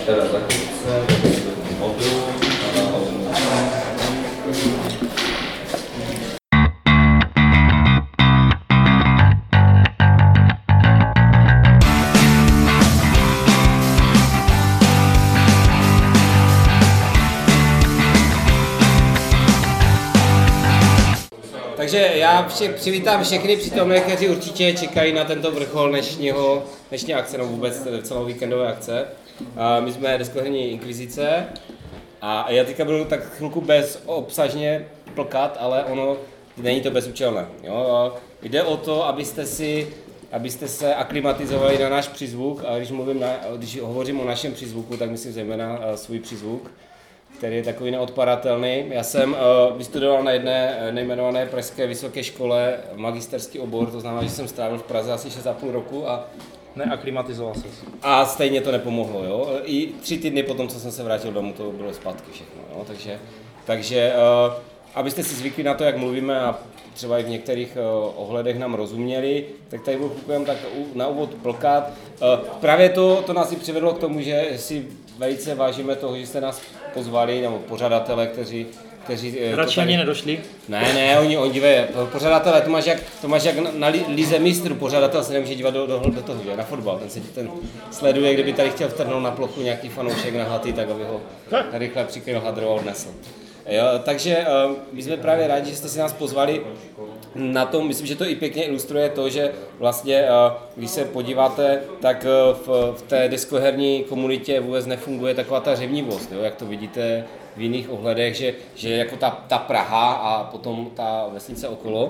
Takže já přivítám všechny přítomné, kteří určitě čekají na tento vrchol dnešní akce, no vůbec celou víkendové akce. My jsme Deskoherní inkvizice a já teďka budu tak chvilku bezobsažně plkat, ale ono není to bezúčelné. Jo? Jde o to, abyste se aklimatizovali na náš přízvuk, a když hovořím o našem přízvuku, tak myslím zejména svůj přízvuk, který je takový neodparatelný. Já jsem vystudoval na jedné nejmenované pražské vysoké škole magisterský obor, to znamená, že jsem strávil v Praze asi 6,5 roku a neaklimatizoval se. A stejně to nepomohlo, jo. I 3 týdny potom, co jsem se vrátil domů, to bylo zpátky všechno, jo. Takže abyste si zvykli na to, jak mluvíme a třeba i v některých ohledech nám rozuměli, tak tady budu tak na úvod plkat. Právě to nás i přivedlo k tomu, že si velice vážíme toho, že jste nás pozvali, nebo pořadatele, kteří radši ani nedošli? Ne, oni dívej, pořadatelé, to máš jak na lize mistrů, pořadatel se nemůže dívat do toho, že? Na fotbal, ten sleduje, kdyby tady chtěl vtrhnout na plochu nějaký fanoušek nahatý, tak aby ho rychle přikryl hadrou a odnesl. Jo, takže my jsme právě rádi, že jste si nás pozvali na tom, myslím, že to i pěkně ilustruje to, že vlastně, když se podíváte, tak v té deskoherní komunitě vůbec nefunguje taková ta řevnivost, jo, jak to vidíte v jiných ohledech, že jako ta Praha a potom ta vesnice okolo,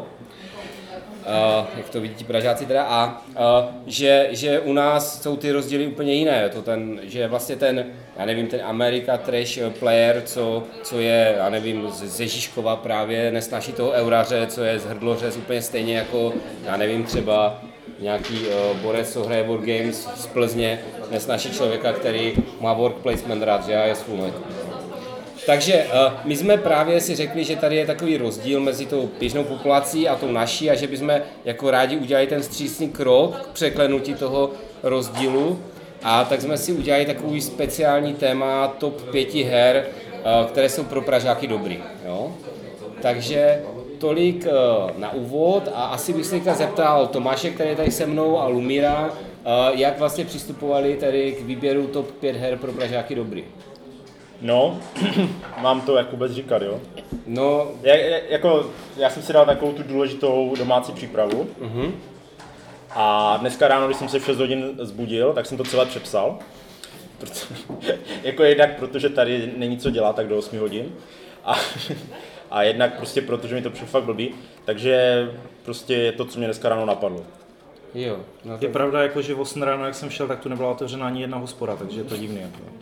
jak to vidí ti Pražáci teda, a že u nás jsou ty rozdíly úplně jiné, že vlastně ten America Trash player, co je, já nevím, ze Žižkova právě, nesnáší toho euraře, co je z Hrdlořez úplně stejně jako, já nevím, třeba nějaký borec, co hraje Wargames z Plzně, nesnáší člověka, který má work placement rád, že já je svůj. Takže my jsme právě si řekli, že tady je takový rozdíl mezi tou běžnou populací a tou naší a že bychom jako rádi udělali ten vstřícný krok k překlenutí toho rozdílu. A tak jsme si udělali takový speciální téma top 5 her, které jsou pro Pražáky dobrý. Jo? Takže tolik na úvod a asi bych se teďka zeptal Tomáše, který je tady se mnou, a Lumíra, jak vlastně přistupovali tady k výběru top 5 her pro Pražáky dobrý. No, mám to jak vůbec říkat, jo? No, já jsem si dal takovou tu důležitou domácí přípravu. Uh-huh. A dneska ráno, když jsem se v 6 hodin zbudil, tak jsem to celé přepsal. Jednak protože tady není co dělat, tak do 8 hodin. A jednak prostě protože mi to přišlo fakt blbý. Takže prostě je to, co mě dneska ráno napadlo. Jo. No je pravda, jako, že v 8 ráno, jak jsem šel, tak tu nebyla otevřena ani jedna hospoda, takže je to divný.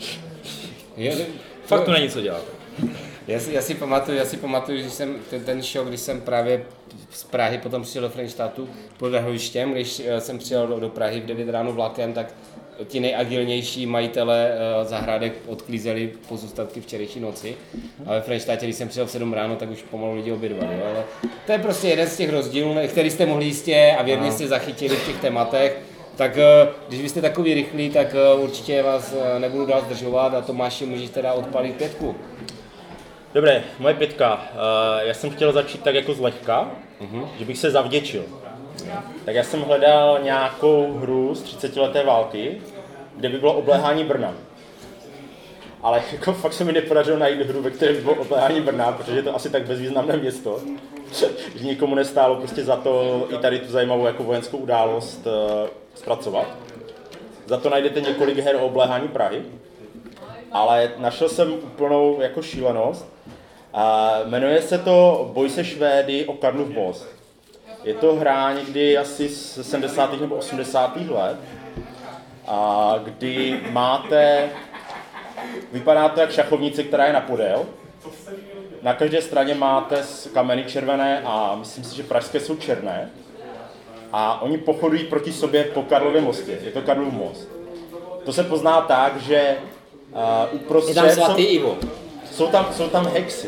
Fakt tu není co dělat. Já si pamatuju, že jsem ten šok, když jsem právě z Prahy potom přijel do Frenštatu pod Vrhovištěm, když jsem přijel do Prahy v 9 ráno vlakem, tak ti nejagilnější majitele zahrádek odklízeli pozůstatky včerejší noci. A ve Frenštátě, když jsem přijel v 7 ráno, tak už pomalu lidi obědvali. Ale to je prostě jeden z těch rozdílů, který jste mohli jistě a věrně jste zachytili v těch tématech. Tak když vy jste takový rychlí, tak určitě vás nebudu dál zdržovat a Tomáši, můžeš teda odpalit 5. Dobré, moje 5. Já jsem chtěl začít tak jako zlehka, že bych se zavděčil. Tak já jsem hledal nějakou hru z 30leté války, kde by bylo obléhání Brna. Ale jako fakt se mi nepodařilo najít hru, ve které by bylo obléhání Brna, protože je to asi tak bezvýznamné město, že nikomu nestálo prostě za to i tady tu zajímavou jako vojenskou událost zpracovat. Za to najdete několik her o obléhání Prahy, ale našel jsem úplnou jako šílenost. Jmenuje se to Boj se Švédy o Karlův most. Je to hra někdy asi z 70. nebo 80. let, kdy vypadá to jak šachovnice, která je na podél. Na každé straně máte kameny červené a myslím si, že pražské jsou černé. A oni pochodují proti sobě po Karlově mostě. Je to Karlův most. To se pozná tak, že uprostřed je tam svatý Ivo. Jsou tam hexy.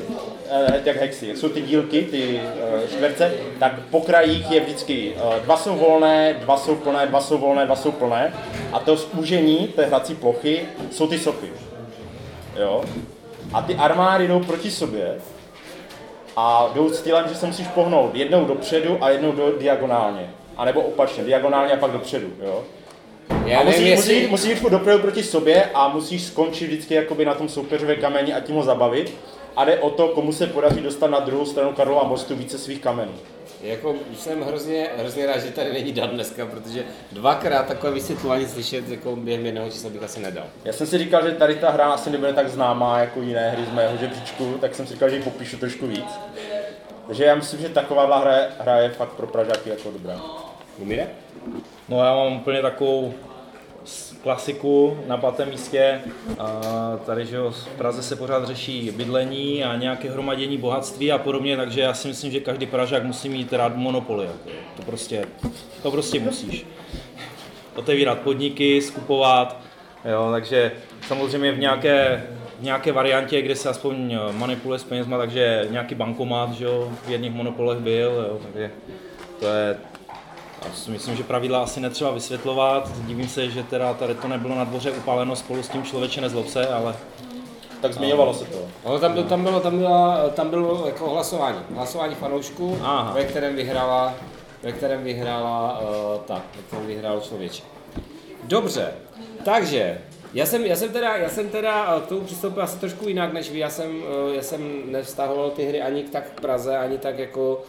jak hexy, jak jsou ty dílky, ty čtverce, tak po krajích je vždycky 2 jsou volné, 2 jsou plné, 2 jsou volné, 2 jsou plné a to zúžení té hrací plochy jsou ty sochy. Jo? A ty armády jdou proti sobě a jdou s cílem, že se musíš pohnout jednou dopředu a jednou diagonálně. A nebo opačně, diagonálně a pak dopředu. Jo? Já a nevím, musíš jít dopředu proti sobě a musíš skončit vždycky jakoby na tom soupeřově kameni a tím ho zabavit. A jde o to, komu se podaří dostat na druhou stranu Karlova mostu více svých kamenů. Jako jsem hrozně rád, že tady není Dan dneska, protože dvakrát takové vysvětlování slyšet jako během jednoho čísla bych asi nedal. Já jsem si říkal, že tady ta hra asi nebude tak známá jako jiné hry z mého žebříčku, tak jsem si říkal, že ji popíšu trošku víc. Takže já myslím, že taková hra je fakt pro Pražáky jako dobrá. Umíre? No já mám úplně takovou klasiku na 5. místě. Tady že jo, v Praze se pořád řeší bydlení a nějaké hromadění bohatství a podobně, takže já si myslím, že každý Pražák musí mít rád monopoly. Jako. To prostě musíš. Otevírat podniky, skupovat, jo, takže samozřejmě v nějaké variantě, kde se aspoň manipuluje s penězma, takže nějaký bankomat, že jo, v jedných monopolech byl, jo, takže to je. Já si myslím, že pravidla asi netřeba vysvětlovat. Divím se, že teda tady to nebylo na dvoře upáleno spolu s tím Člověče nezlob se, ale... Tak zmiňovalo se to. No, tam bylo jako hlasování fanoušků, ve kterém vyhrála Člověče. Dobře, takže já jsem teda k tomu přistoupil asi trošku jinak než vy. Já jsem nevztahoval ty hry ani tak k Praze, ani tak jako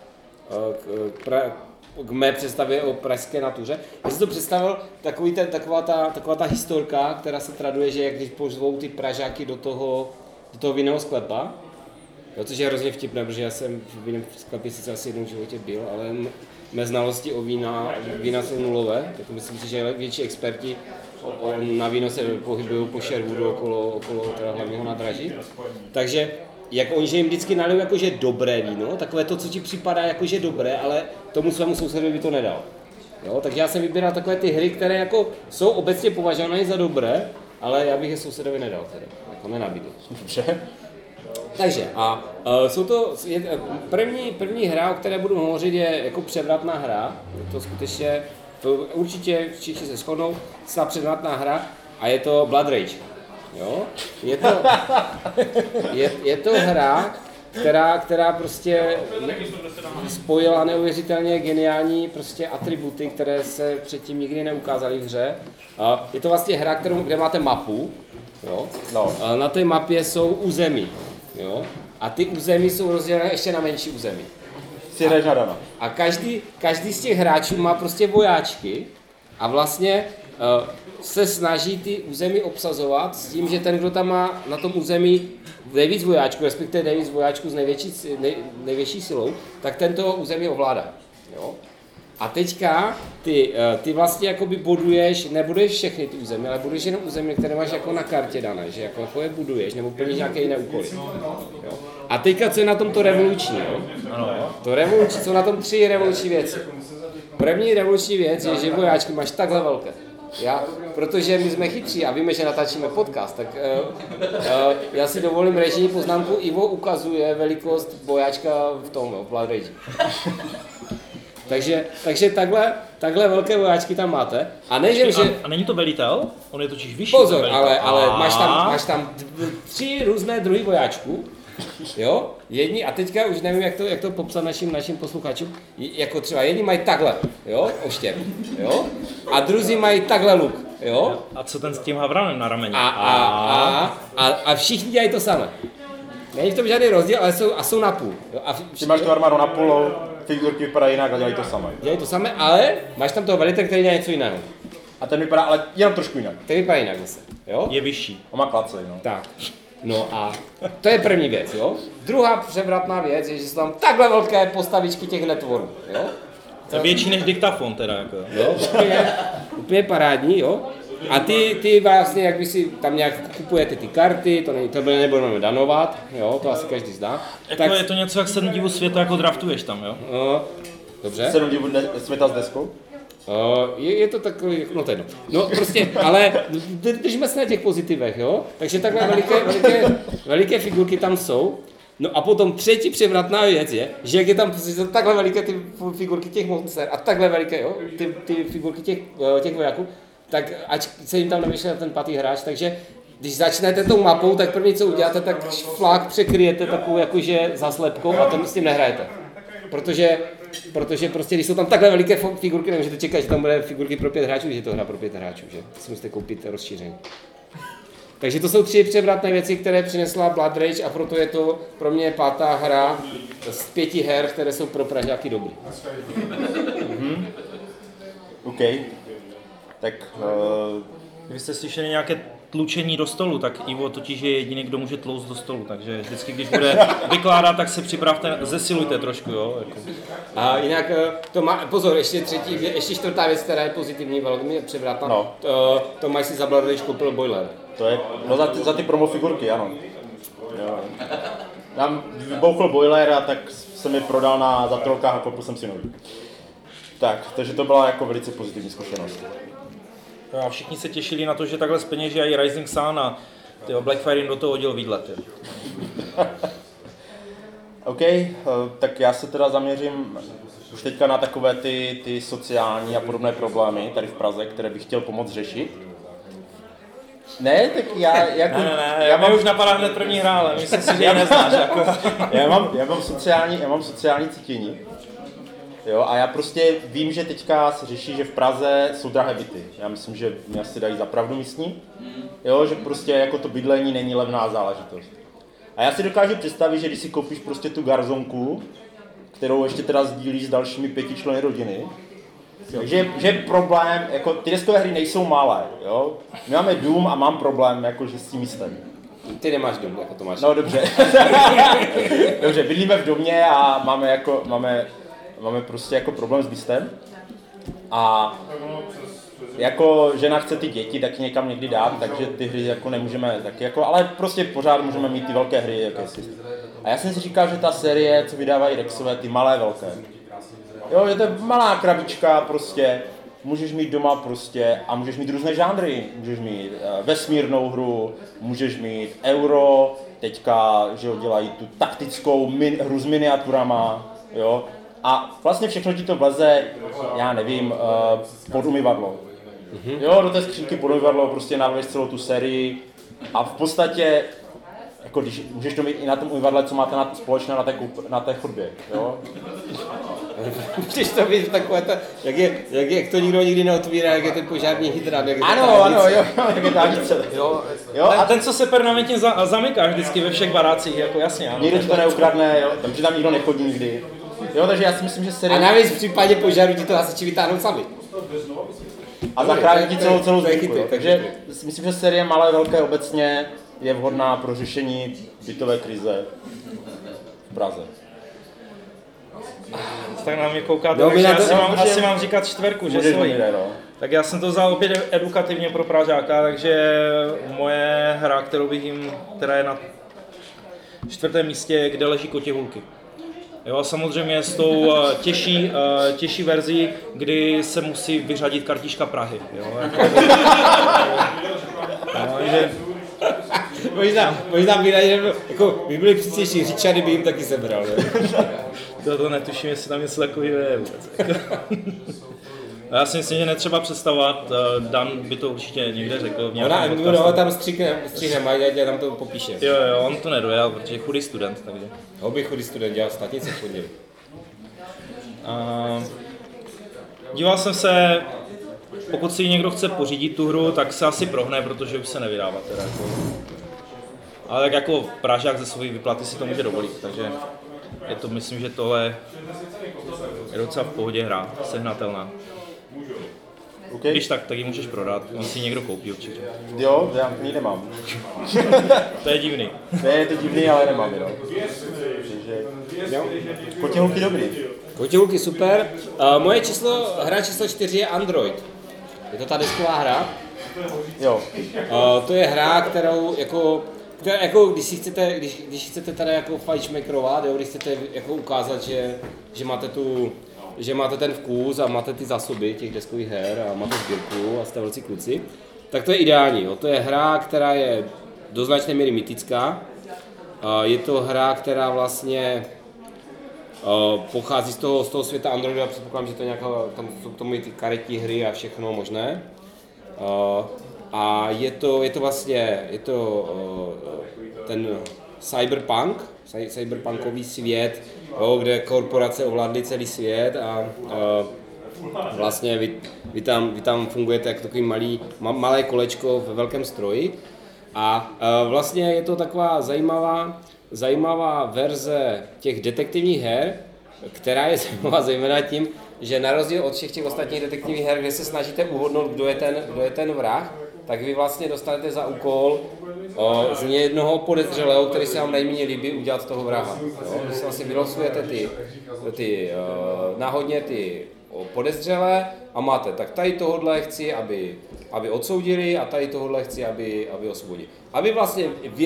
k mé představě o pražské natuře. Já jsem to představil taková ta historka, která se traduje, že když pozvou ty Pražáky do toho vinného sklepa, jo, což je hrozně vtipné, protože já jsem v vinném sklepě sice asi jednou v životě byl, ale mé znalosti o vína jsou nulové, tak myslím si, že větší experti na víno se pohybují po Sherwoodu okolo teda hlavního nádraží. Takže jak oni, že jim vždycky nalijou jakože dobré víno, takové to, co ti připadá jakože dobré, ale tomu svému sousedovi by to nedal. Jo, takže já jsem vybíral takové ty hry, které jako jsou obecně považované za dobré, ale já bych je sousedovi nedal tedy, jako nenabídl. Takže jsou to první hra, o které budu hovořit, je jako převratná hra. Je to skutečně, to určitě všichni se shodnou, je převratná hra a je to Blood Rage. Jo? Je to hra, která prostě spojila neuvěřitelně geniální prostě atributy, které se předtím nikdy neukázaly v hře. Je to vlastně hra, kde máte mapu, jo? No. Na té mapě jsou území, jo? A ty území jsou rozdělené ještě na menší území. A každý z těch hráčů má prostě vojáčky a vlastně se snaží ty území obsazovat s tím, že ten, kdo tam má na tom území nejvíc vojáčků, respektive nejvíc vojáčků s největší silou, tak tento území ovládá. Jo? A teďka ty vlastně jakoby nebuduješ všechny ty území, ale buduješ jenom území, které máš jako na kartě dané, že jako je buduješ, nebo plníš nějaké jiné úkoly. Jo? A teďka co je na tom to revoluční, jo? To revoluční, jsou na tom 3 revoluční věci. První revoluční věc je, že vojáčky máš takhle velké. Protože my jsme chytří a víme, že natáčíme podcast, tak já si dovolím režijní poznámku. Ivo ukazuje velikost vojáčka v tom, v Blood Rage. Takže takhle velké vojáčky tam máte. A není to velitel? On je totiž vyšší. Pozor, ale máš tam 3 různé druhy vojáčků. Jo? Jedni, a teďka už nevím, jak to popsat našim posluchačům, jako třeba jedni mají takhle, jo, oštěp, jo, a druzí mají takhle luk, jo. A co ten s tím havranem na rameni? A všichni dělají to samé. Není v tom žádný rozdíl, ale jsou na půl. Jo? Ty máš tu armádu na půl, figurky vypadají jinak a dělají to samé. Dělají to samé, ale máš tam toho velitele, který dělá něco jiného. A ten vypadá ale jenom trošku jinak. Ten vypadá jinak zase, jo. Je vyšší. On má klacej, no. Tak. No a to je první věc, jo. Druhá převratná věc je, že jsou tam takhle velké postavičky těch netvorů, jo. To je větší než diktafon teda, jako. Jo, úplně parádní, jo. A ty vlastně, jak by si tam nějak kupujete ty karty, to nebudeme danovat, jo, to asi každý zná. Jako tak, je to něco jak 7 divů světa, jako draftuješ tam, jo? Dobře. 7 divů světa s deskou? Je to takový, no to jedno. No prostě, ale držíme se na těch pozitivech, jo? Takže takhle veliké figurky tam jsou. No a potom třetí převratná věc je, že jak je tam takhle veliké ty figurky těch monster a takhle veliké, jo, ty figurky těch vojáků, tak ať se jim tam nevyšle ten patý hráč, takže když začnete tou mapou, tak první co uděláte, tak flák překryjete takovou jakože zaslepkou a tam s tím nehrajete. Protože prostě, když jsou tam takhle veliké figurky, nemůžete čekat, že tam bude figurky pro 5 hráčů, že to hra pro 5 hráčů, že? Si musíte koupit rozšíření. Takže to jsou 3 převratné věci, které přinesla Blood Rage a proto je to pro mě 5. hra z 5 her, které jsou pro Pražáky dobrý. OK. Tak... Vy jste slyšeli nějaké tlučení do stolu, tak Ivo totiž je jediný, kdo může tlouct do stolu, takže vždycky, když bude vykládat, tak se připravte, zesilujte trošku, jo. Jako. A jinak to má, pozor, ještě 4. věc, která je pozitivní, velmi převratná, No. Tomáš si za Blood Rage koupil boiler. To je, no za ty promo figurky, ano. Jo. Tam vybouchl boiler a tak se mi prodal na zatrolkách a koupil jsem si nový. Tak, takže to byla jako velice pozitivní zkušenost. A všichni se těšili na to, že takhle zpeněží i Rising Sun a Blackfire jim do toho hodil výdle. OK, tak já se teda zaměřím už teďka na takové ty sociální a podobné problémy tady v Praze, které bych chtěl pomoct řešit. Ne, tak já jako... Ne, já už napadá hned první hra, ale myslím si, že ji neznáš. Jako. Já mám sociální cítění. Jo, a já prostě vím, že teďka se řeší, že v Praze jsou drahé byty. Já myslím, že mě asi dají za pravdu místní. Jo, že prostě jako to bydlení není levná záležitost. A já si dokážu představit, že když si koupíš prostě tu garzonku, kterou ještě teda sdílíš s dalšími 5 členy rodiny, takže že problém, jako ty deskové hry nejsou malé, jo. My máme dům a mám problém, jakože s tím místem. Ty nemáš dům, jako to máš. No dobře. Dobře, bydlíme v domě a máme prostě jako problém s místem. A jako žena chce ty děti taky někam někdy dát, takže ty hry jako nemůžeme taky jako, ale prostě pořád můžeme mít ty velké hry, jakési. A já jsem si říkal, že ta série, co vydávají Rexové, ty malé velké. Jo, že to je malá krabička prostě, můžeš mít doma prostě a můžeš mít různé žánry. Můžeš mít vesmírnou hru, můžeš mít euro, teďka, že jo, dělají tu taktickou hru s miniaturama, jo. A vlastně všechno ti to vleze, já nevím, pod umyvadlo. Jo, do té skřínky pod umyvadlo prostě naleješ celou tu sérii a v podstatě, jako když můžeš to mít i na tom umyvadle, co máte společné na té chodbě, jo. Můžeš to být takové, jak to nikdo nikdy neotvírá, jak je ten požární hydrant, jak je Ano, jo, jak je dálnice. Jo, a ten, co se permanentně zamyká vždycky ve všech barácích, jako jasně, ano. Nikdo ti to neukradne, jo, takže tam nikdo nechodí nikdy. Jo, takže já si myslím, že série... A navíc v případě požáru ti to hasiči vytáhnou sami. A zachrání ti celou zbytku, takže si myslím, že série Malé velké obecně je vhodná pro řešení bytové krize v Praze. Tak na mě koukáte, no, takže asi mám říkat 4, že svojí. Tak já jsem to vzal opět edukativně pro Pražáka, takže moje hra, která je na 4. místě, Kde leží kotěhulky. Jo, samozřejmě s tou těžší verzí, kdy se musí vyřadit kartička Prahy. Jo, že... Možná by jako by byli přístější, Richardy by jim taky sebral. To netuším, jestli tam něco takového je vůbec. Já si myslím, že netřeba představovat, Dan by to určitě někde řekl. Ona tam stříhne, a tam to popíše. Jo, on to nedojel, protože je chudý student, takže. By chudý student, dělal státnice v pondělí. Díval jsem se, pokud si někdo chce pořídit tu hru, tak se asi prohne, protože už se nevydává teda. Ale tak jako Pražák ze svojí výplaty si to může dovolit, takže je to, myslím, že tohle je docela v pohodě hra, sehnatelná. Okay. Když tak ji můžeš prodat, on si někdo koupí určitě. Jo, já ji nemám. To je divný. Je to divný, ale nemám ji, no. Kotěhulky dobrý. Kotěhulky super. Moje hra číslo 4 je Android. Je to ta desková hra. Jo. To je hra, kterou jako když chcete tady jako fajčmekrovat, když chcete jako ukázat, že máte ten vkus a máte ty zásoby těch deskových her a máte sbírku a jste velcí kluci, tak to je ideální. Jo. To je hra, která je do značné míry mytická. Je to hra, která vlastně pochází z toho světa Androidu a předpokládám, že to je nějaká, tam jsou k tomu i ty karetní hry a všechno možné. A je to vlastně, ten cyberpunkový svět, kde korporace ovládly celý svět a vlastně vy tam fungujete jako takový malé kolečko ve velkém stroji. A vlastně je to taková zajímavá verze těch detektivních her, která je zajímavá zejména tím, že na rozdíl od všech těch ostatních detektivních her, kde se snažíte uhodnout, kdo je ten vrah, tak vy vlastně dostanete za úkol z jednoho podezřelého, který se vám nejméně líbí, udělat toho vraha. Vy si vlastně vylosujete náhodně ty podezřelé a máte, tak tady tohodle chci, aby odsoudili a tady tohodle chci, aby osvobodili. A vy vlastně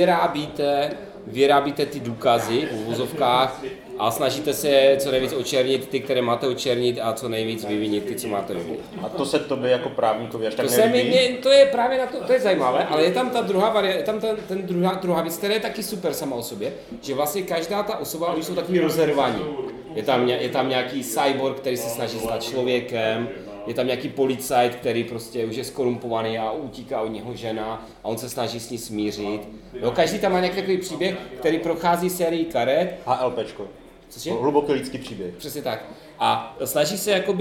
vyrábíte ty důkazy v uvozovkách a snažíte se co nejvíc očernit ty, které máte očernit a co nejvíc vyvinit ty, co máte vyvinit. A to se tobě jako právníkovi až tak nelíbí? To je právě to je zajímavé, ale je tam ta druhá varianta, je tam druhá věc, která je taky super sama o sobě, že vlastně každá ta osoba, oni jsou takový rozervaní. Je tam nějaký cyborg, který se snaží stát člověkem, je tam nějaký policajt, který prostě už je skorumpovaný a utíká od něho žena a on se snaží s ní smířit. Každý tam má nějaký takový příběh, který prochází sérií karet. HLPčko. Cože? Hluboký lidský příběh. Přesně tak. A snaží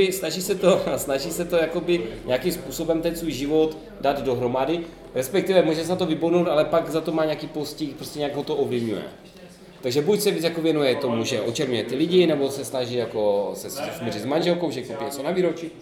se to jakoby nějakým způsobem ten svůj život dát dohromady, respektive může se na to vybodnout, ale pak za to má nějaký postih, prostě nějak ho to ovlivňuje. Takže buď se víc jako věnuje tomu, že očerňuje ty lidi, nebo se snaží jako se smířit s manželkou, že koupí něco na výročí.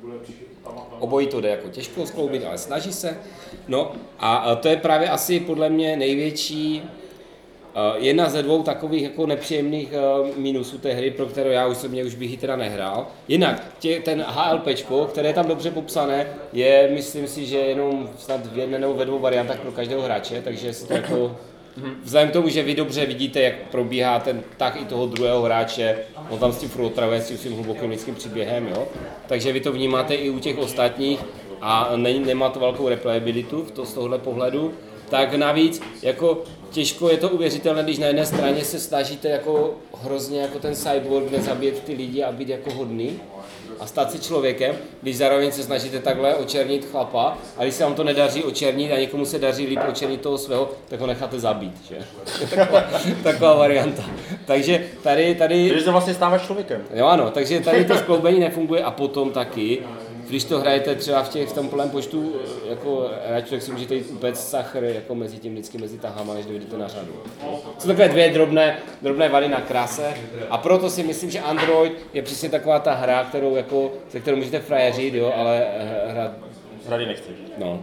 Obojí to jde jako těžko skloubit, ale snaží se. No a to je právě asi podle mě největší, jedna ze dvou takových jako nepříjemných minusů té hry, pro kterou já už bych ji teda nehrál. Jinak ten HLPčko, které je tam dobře popsané, je, myslím si, že jenom snad v jedné nebo ve dvou variantách pro každého hráče, takže si to jako vzhledem k tomu, že vy dobře vidíte, jak probíhá ten tah i toho druhého hráče, on tam s tím furt otravuje s tím hlubokým lidským příběhem, jo? Takže vy to vnímáte i u těch ostatních a nemá to velkou replayabilitu z tohohle pohledu, tak navíc jako těžko je to uvěřitelné, když na jedné straně se snažíte jako hrozně jako ten cyborg nezabít ty lidi a být jako hodný a stát se člověkem, když zároveň se snažíte takhle očernit chlapa a když se vám to nedaří očernit a někomu se daří líp očernit toho svého, tak ho necháte zabít, že? Taková varianta. Takže tady... Takže se vlastně stáváš člověkem. Jo ano, takže tady to skloubení nefunguje a potom taky, když to hrajete třeba v tom plném počtu jako hráčů, tak si můžete jít upéct sachr jako mezi tahama, než dojdete na řadu. Jsou takové dvě drobné vady na kráse a proto si myslím, že Android je přesně taková ta hra, se kterou můžete frajeřit, jo, ale Hrady nechceš. No.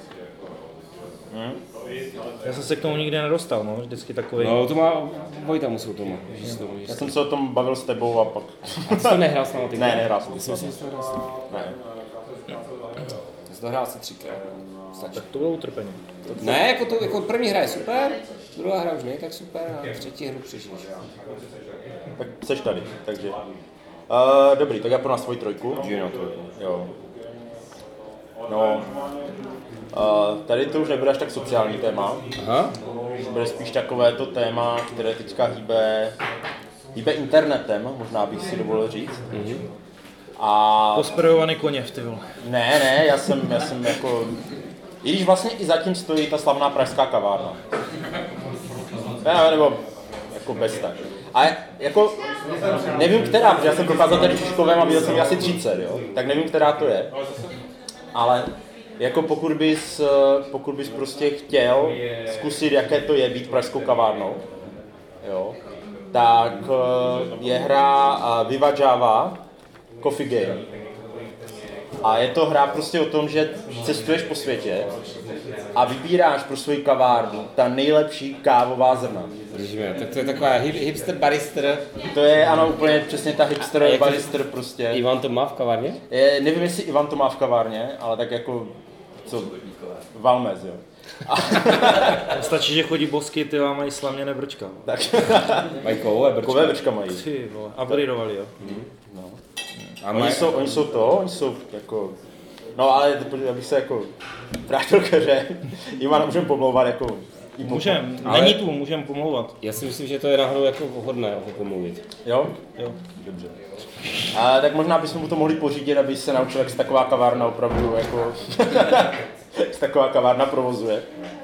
Já jsem se k tomu nikdy nedostal, no, vždycky takový. No, to má Vojta musel tomu. Já jsem se o tom bavil s tebou a pak... A ty jsi to nehrál s námi? Ne, nehrál jsem. Myslím si, že jsi to hrál s námi. Ne. Jsi to hrál asi 3krát. Stačí. Tak to bylo utrpení. Ne, jako první hra je super, druhá hra už není tak super a třetí hru přišel. Tak seš tady, takže... Dobrý, tak já pro nás svoji trojku. Jo. No, tady to už nebude až tak sociální téma. Aha. Bude spíš takové to téma, které teďka hýbe internetem, možná bych si dovolil říct. Mm-hmm. A... Posprejovaný koněv, ty vole. Ne, já jsem jako... I když vlastně i zatím stojí ta slavná pražská kavárna. Nebo jako bez tak. A jako, nevím která, protože já jsem procházel tady Šiškovem a viděl jsem asi 30, jo? Tak nevím, která to je. Ale jako pokud bys prostě chtěl zkusit, jaké to je být pražskou kavárnou, jo? Tak je hra Viva Java Coffee Game. A je to hra prostě o tom, že cestuješ po světě a vybíráš pro svoji kavárnu ta nejlepší kávová zrna. Rozumím, tak to je taková hipster barister. To je ano úplně přesně ta hipster barister prostě. Ivan to má v kavárně? Nevím, jestli Ivan to má v kavárně, ale tak jako co Valmez, jo. Stačí, že chodí bosky, ty vám mají slavně brčka. Tak. Mají kovové brčka. Mají. Ty vole, upgradeovali, jo. No. A Oni jsou jako, no ale abych se jako vrátil ke hře, Ivana můžeme pomlouvat jako Můžem, Ale- není tu, můžem pomlouvat. Já si myslím, že to je náhodou jako vhodné ho pomluvit. Jo? Jo. Dobře. A tak možná bychom mu to mohli pořídit, aby se naučil, jak se taková kavárna opravdu jako... jak se taková kavárna provozuje.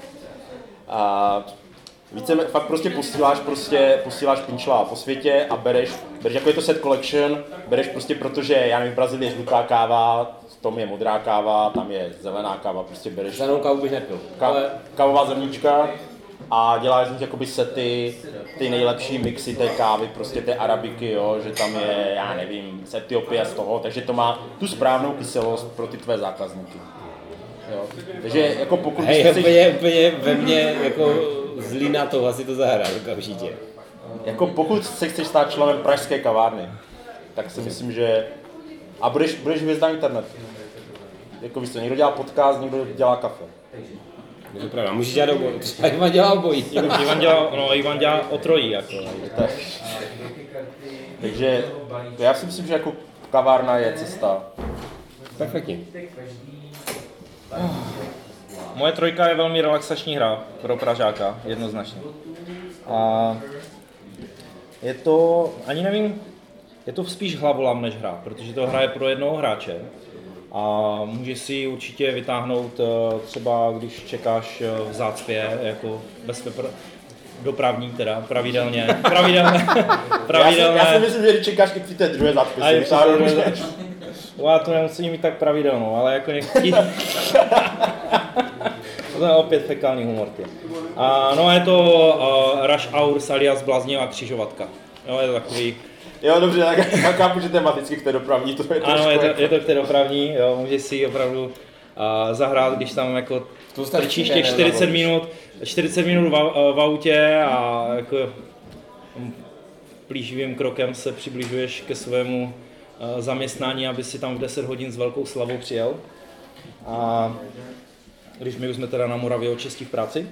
A více fakt prostě posíláš pinčla po světě a bereš jako je to set collection, bereš prostě protože, já nevím, v Brazílii je žlutá káva, v tom je modrá káva, tam je zelená káva, prostě bereš Zelenou kávu bych nepil. Ale kávová zrníčka a děláš z nich jakoby sety, ty nejlepší mixy té kávy, prostě té arabiky, jo, že tam je, já nevím, z Etiopie z toho, takže to má tu správnou kyselost pro ty tvé zákazníky. Jo. Takže jako pokud hej, chceš, úplně ve mně jako zlý na to, asi to zahrál okamžitě. jako pokud se chceš stát členem pražské kavárny, tak si myslím, že a budeš hvězda internetu. Jako víš co, někdo dělá podcast, někdo dělá kafe. Je to pravda, můžeš dělat obojí. Třeba Ivan dělá obojí. Ivan dělá o trojí, jako. Takže já si myslím, že jako kavárna je cesta. Perfektně. Moje trojka je velmi relaxační hra pro Pražáka, jednoznačně. A je to, ani nevím, je to spíš hlavolam než hra, protože to hra je pro jednoho hráče. A můžeš si ji určitě vytáhnout třeba, když čekáš v zácpě, jako dopravní teda, pravidelně. Já si myslím, že čekáš i při té druhé zápise. Já to nemusím mít tak pravidelnou, ale jako někdy. To je opět fekální humor. No je to Rush Hour alias Bláznivá křižovatka. Jo, je to takový. Jo, dobře, tak já chápu, že tematicky k té dopravní, to je ano, je to k té dopravní, jo, můžeš si opravdu zahrát, když tam jako trčíš těch 40 minut v autě a jako plíživým krokem se přibližuješ ke svému zaměstnání, aby si tam v 10 hodin s velkou slavou přijel. A když my už jsme teda na Moravě od 6 v práci.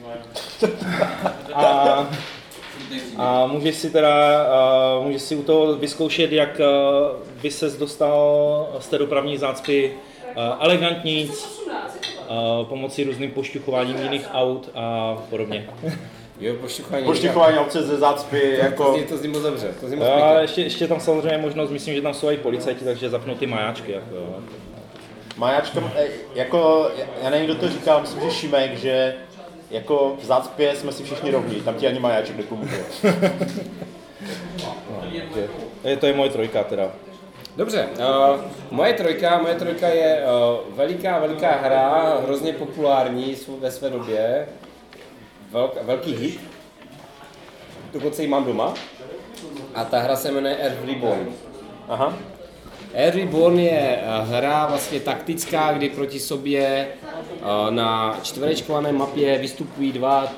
A můžeš si u toho vyzkoušet, jak by ses dostal z té dopravní zácpy elegantníc, pomocí různým pošťuchováním jiných aut a podobně. Jo, pošťuchování obce ze zácpy, jako... To zní moc dobře, to zní moc pěkně. Ale ještě tam samozřejmě možnost, myslím, že tam jsou i policajti, takže zapnou ty majáčky. Jako. Majáčka, jako, já nevím, kdo to říkal, myslím, že Šimek, že jako v zácpě jsme si všichni rovní, tam ti ani majáček nepomůže. To je moje trojka teda. Dobře, moje trojka je veliká hra, hrozně populární ve své době, velký hit, dokonce ji mám doma a ta hra se jmenuje Earth Reborn. Aha. Earth Reborn je hra vlastně taktická, kdy proti sobě na čtverečkované mapě vystupují dva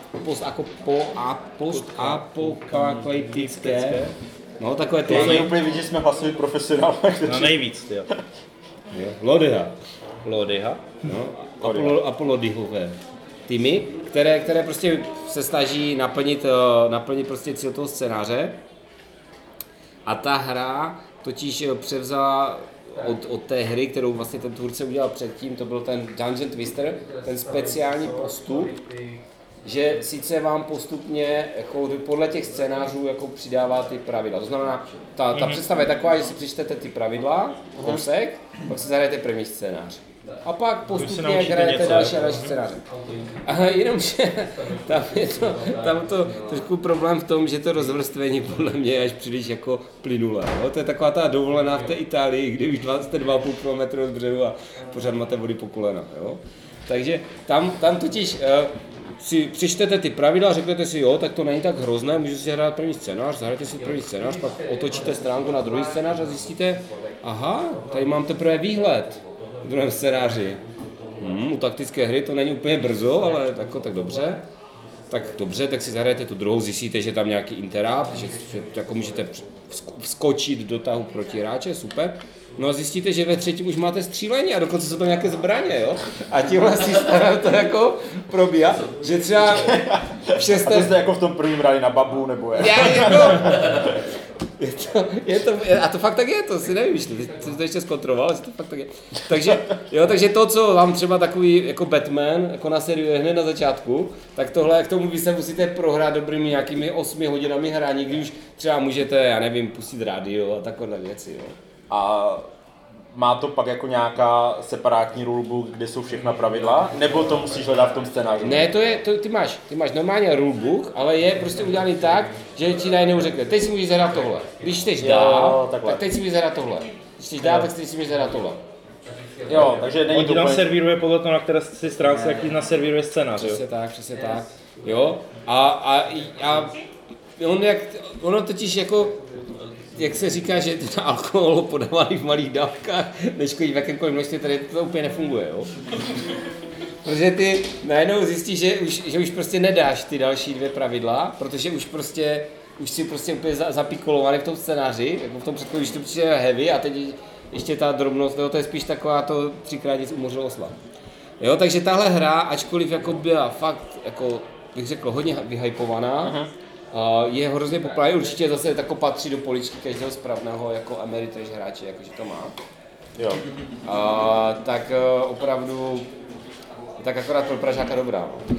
postapokalyptické. No, takové ty. To je úplně vidět, že jsme hlasovali profesionálně. No nejvíc, jo. Lodyha. No, Apollodyhové týmy, které prostě se snaží naplnit prostě cíl toho scénáře. A ta hra totiž převzala od té hry, kterou vlastně ten tvůrce udělal předtím, to byl ten Dungeon Twister, ten speciální postup, že sice vám postupně jako podle těch scénářů jako přidává ty pravidla. To znamená, ta představa je taková, že si přečtete ty pravidla, kousek, pak si zahrajete první scénář. A pak postupně hrajete další a další scénáře. Jenomže tam to trošku problém v tom, že to rozvrstvení podle mě je až příliš jako plynulé. To je taková ta dovolená v té Itálii, kdy už jste 2,5 km od břehu a pořád máte vody po kolena. Jo? Takže tam totiž si přečtete ty pravidla a řeknete si, jo, tak to není tak hrozné, můžete si hrát první scénář, zahrajete si první scénář, pak otočíte stránku na druhý scénář a zjistíte, aha, tady mám teprve výhled v druhém scénáři. U taktické hry to není úplně brzo, ale tak dobře. Tak si zahrajete tu druhou, zjistíte, že tam nějaký interrupt, že jako můžete vskočit do tahu proti hráče, super. No a zjistíte, že ve třetím už máte střílení a dokonce jsou tam nějaké zbraně, jo? A tímhle systémem to jako probíhá, že třeba A ty jste jako v tom prvním hráli na babu, nebo jak? A to fakt tak je, to si nevíš, ty jsi to ještě zkontroloval, jestli to fakt tak je. Takže to, co vám třeba takový jako Batman, jako naservuje hned na začátku, tak tohle, k tomu vy se musíte prohrát dobrými nějakými 8 hodinami hraní, když už třeba můžete, já nevím, pustit rádio a takové věci, jo. A má to pak jako nějaká separátní rulebook, kde jsou všechna pravidla, nebo to musíš hledat v tom scénáři? Ne, ty máš normálně rulebook, ale je prostě udělaný tak, že ti najednou řekne, teď si můžeš zahrát tohle. Když chceš dál, tak teď si můžeš zahrát tohle. Když chceš dál, tak teď si můžeš zahrát tohle. Jo, takže není On ti to tam úplně... servíruje podle toho, na které si stránce, jak ti naservíruje scénář, jo? Přesně tak. Jo, a ono totiž jako, jak se říká, že ten alkohol podávaný v malých dávkách, neškodí v jakémkoliv množství, tady to úplně nefunguje, jo. Protože ty najednou zjistíš, že už prostě nedáš ty další 2 pravidla, protože už si prostě úplně zapikolovaný v tom scénáři, jako v tom předchozí, když to přijde heavy a teď ještě ta drobnost, to je spíš taková to 3x nic umořilo osla. Jo, takže tahle hra, ačkoliv jako byla fakt, jako bych řekl, hodně vyhypovaná, je hrozně populární, určitě zase tako patří do poličky každého správného jako Ameritrash hráče, jakože to má. Jo. Tak opravdu, tak akorát pro Pražáka dobrá. No.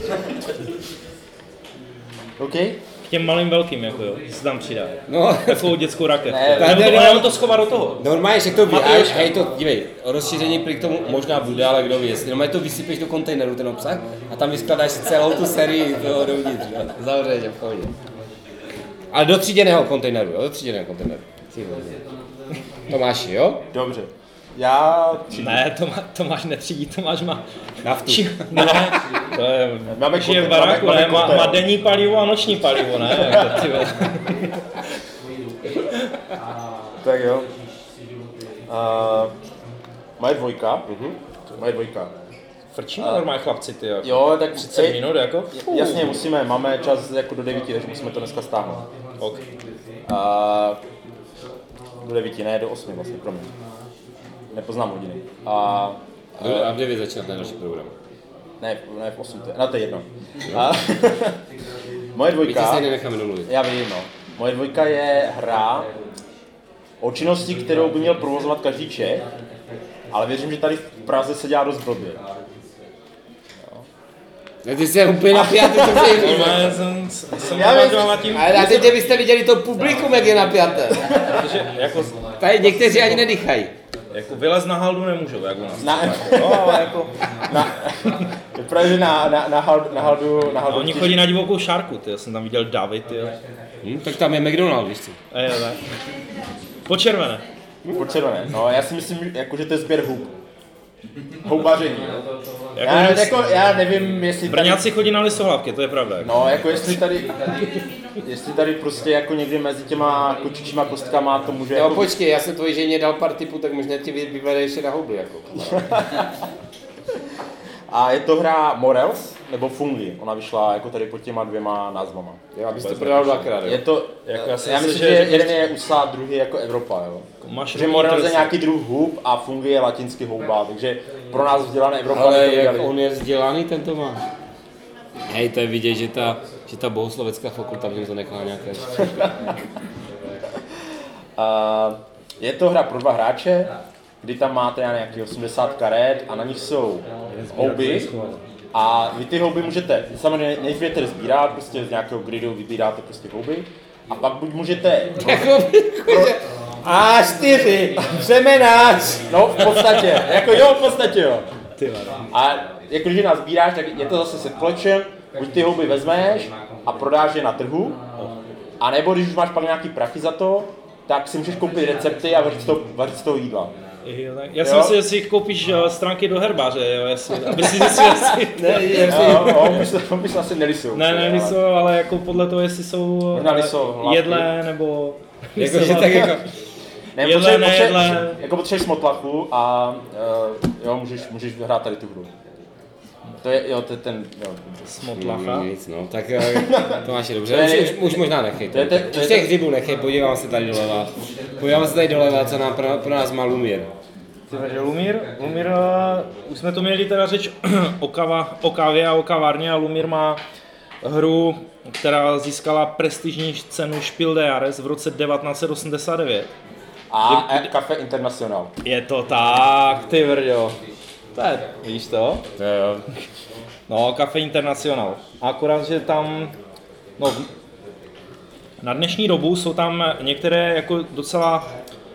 OK? K těm malým velkým, jako jo, se tam přidá. No. Takovou dětskou raketu. Ne, On to schová do toho. Normálně, že to vyháš, hej to, dívej, rozšíření prý k tomu možná bude, ale kdo ví, jestli normálně to vysypeš do kontejneru ten obsah a tam vyskladáš celou tu sérii toho dovnitř, zavřeš v pohodě. Ale do tříděného kontejneru, jo, do tříděného kontejneru. Tomáši, jo? Dobře. Já... Ne, Tomáš netřídí, Tomáš má... Naftu. Ne, to je... Máme žije v baráku, ne? Má denní palivo a noční palivo, ne? Tak jo. Moje dvojka. Moje dvojka. Frčíme normálně chlapci, ty jako. Jo, tak 30 minut, jako? Jasně, musíme, máme čas jako do 9, takže musíme to dneska stáhnout. Ok. Do 9, ne, do 8 vlastně, pro mě. Nepoznám hodiny. A v 9 začíná ten další program. Ne, v 8, to je jedno. Moje dvojka... My ti se nenecháme domluvit. Já vím, no. Moje dvojka je hra o činnosti, kterou by měl provozovat každý Čech, ale věřím, že tady v Praze se dělá dost blbě. Ty jsi úplně napjatý, co se jim Jsem navazoval nad tím... Ale teď byste viděli to publikum, jak je napjaté. Protože jako... Tady někteří ani nedýchají. Jako vylez na haldu nemůžou, jak u nás. No, ale jako... Právě na haldu... Oni chodí na divokou šárku, ty. Já jsem tam viděl David, jo. Tak tam je McDonald, víš co? Jo, tak. Počervené. Počervené. No, já si myslím, jako, že to je sběr hub. Houbaření. Já nevím, jestli tady... Brňáci chodí na lisohlavky, to je pravda. Jako. No, jako jestli tady prostě jako někdy mezi těma kočičíma kostkama to může... Jo, jako... počkej, já jsem tvoji ženě dal pár tipů, tak možná ti vyvede ještě na houby, jako. A je to hra Morels, nebo Fungi. Ona vyšla jako tady pod těma 2 názvama. Jo, abys to prodal dvakrát, jo. Je to, jako já myslím, že jeden je USA, druhý jako Evropa, jo. Že Morels je nějaký druh hub a Fungi je latinský houba, takže pro nás vzdělané Evropa... Ale jak on je vzdělaný, ten Tomáš. Hej, to je vidět, že ta bohoslovecká fakulta v něm to nechala nějaké... Je to hra pro 2 hráče, kdy tam máte nějaký 80 karet a na nich jsou houby. A vy ty houby můžete, samozřejmě nejdříve sbírat, prostě z nějakého gridu vybíráte prostě houby. A pak buď můžete... A4, přemenáč. No v podstatě, v podstatě jo. A jako když nás sbíráš, tak je to zase se kolečem, buď ty houby vezmeš a prodáš je na trhu, a nebo když už máš pak nějaký prachy za to, tak si můžeš koupit recepty a vařit z toho jídla. Já jsem si, jestli koupíš stránky do herbáře, jo, aby si zjistil, jestli... On by se asi nelisou. Nelisou, ale jako podle toho, jestli jsou jedlé, nebo... Jakože tak jako... Jedlé, nejedlé... Jako potřebuješ smotlachu a jo, můžeš hrát tady tu hru. To je ten, Smotlacha. Nic, no, tak to máš je dobře, už možná nechej. Už těch hřibů nechej, podívám se tady doleva, co nám pro nás má Lumír. Lumír, už jsme to měli teda řeč o kávě a o kavárně a Lumír má hru, která získala prestižní cenu Spiel des Jahres v roce 1989. A Café International. Je to tak, ty vrďo. To je, víš to? To jo. No, Café International. Akorát, že tam, no, na dnešní dobu jsou tam některé jako docela,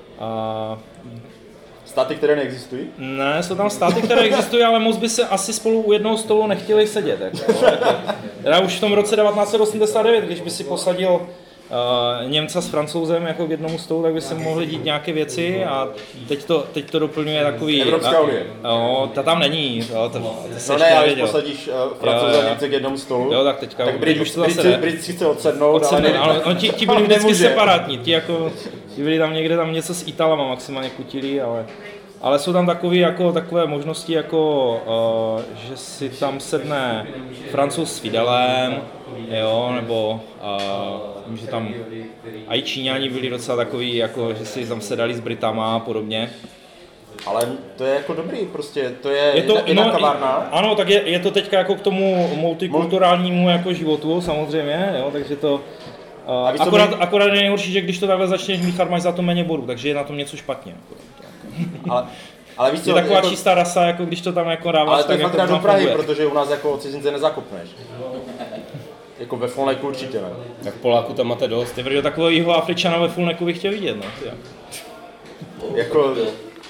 Státy, které neexistují? ne, jsou tam státy, které existují, ale moc by se asi spolu u jednoho stolu nechtěli sedět. Teda už v tom roce 1989, když by si posadil Němca s Francouzem jako v jednomu stolu, tak by se mohly dít nějaké věci a teď to doplňuje takový... Evropská unie. Jo, ta tam není. Jo, to se No ještě ne, ale když nevěděl. posadíš Francouze a Němce k jednomu stolu, Jo, tak teďka tak už to zase ne. Britci chce odsednout, Ale ti byli ale vždycky nemůže. separátní, ti byli tam někde tam něco s Italama maximálně kutili, ale jsou tam takové možnosti, jako, že si tam sedne Francouz s Fidelem, jo, nebo vím, že tam i Číňani byli docela takový, jako, že si tam sedali s Britama a podobně. Ale to je jako dobrý, prostě, to je jedna kavárna. Ano, tak je to teďka jako k tomu multikulturálnímu jako životu samozřejmě, jo, takže to... Akorát je nejhorší, že když to takhle začneš míchat, máš za to méně bodů, takže je na tom něco špatně. Ale víš co, je taková jako, čistá rasa, jako když to tam jako dáváš, ale to tak je jako fakt do tam Prahy, funguje. protože u nás jako cizince nezakopneš. Jako ve Fulneku určitě ne. Tak Poláku tam máte dost. Ty vrdo, takového Jihoafričana ve Fulneku bych chtěl vidět, no. Jako...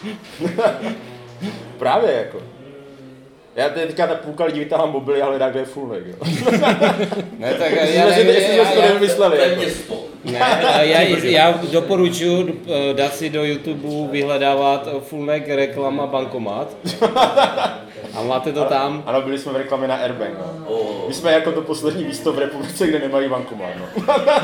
Právě jako. Já teďka tak půlka lidí vytáhám mobily a hledá, kde je Fulnek, jo. Ne, tak Jestli jsme si to nevymysleli, jako. já doporučuji dát si do YouTube vyhledávat Fulnek reklama bankomat. A máte to tam. Ano, byli jsme v reklamě na Airbank, no. My jsme jako to poslední místo v republice, kde nemají bankomat, no.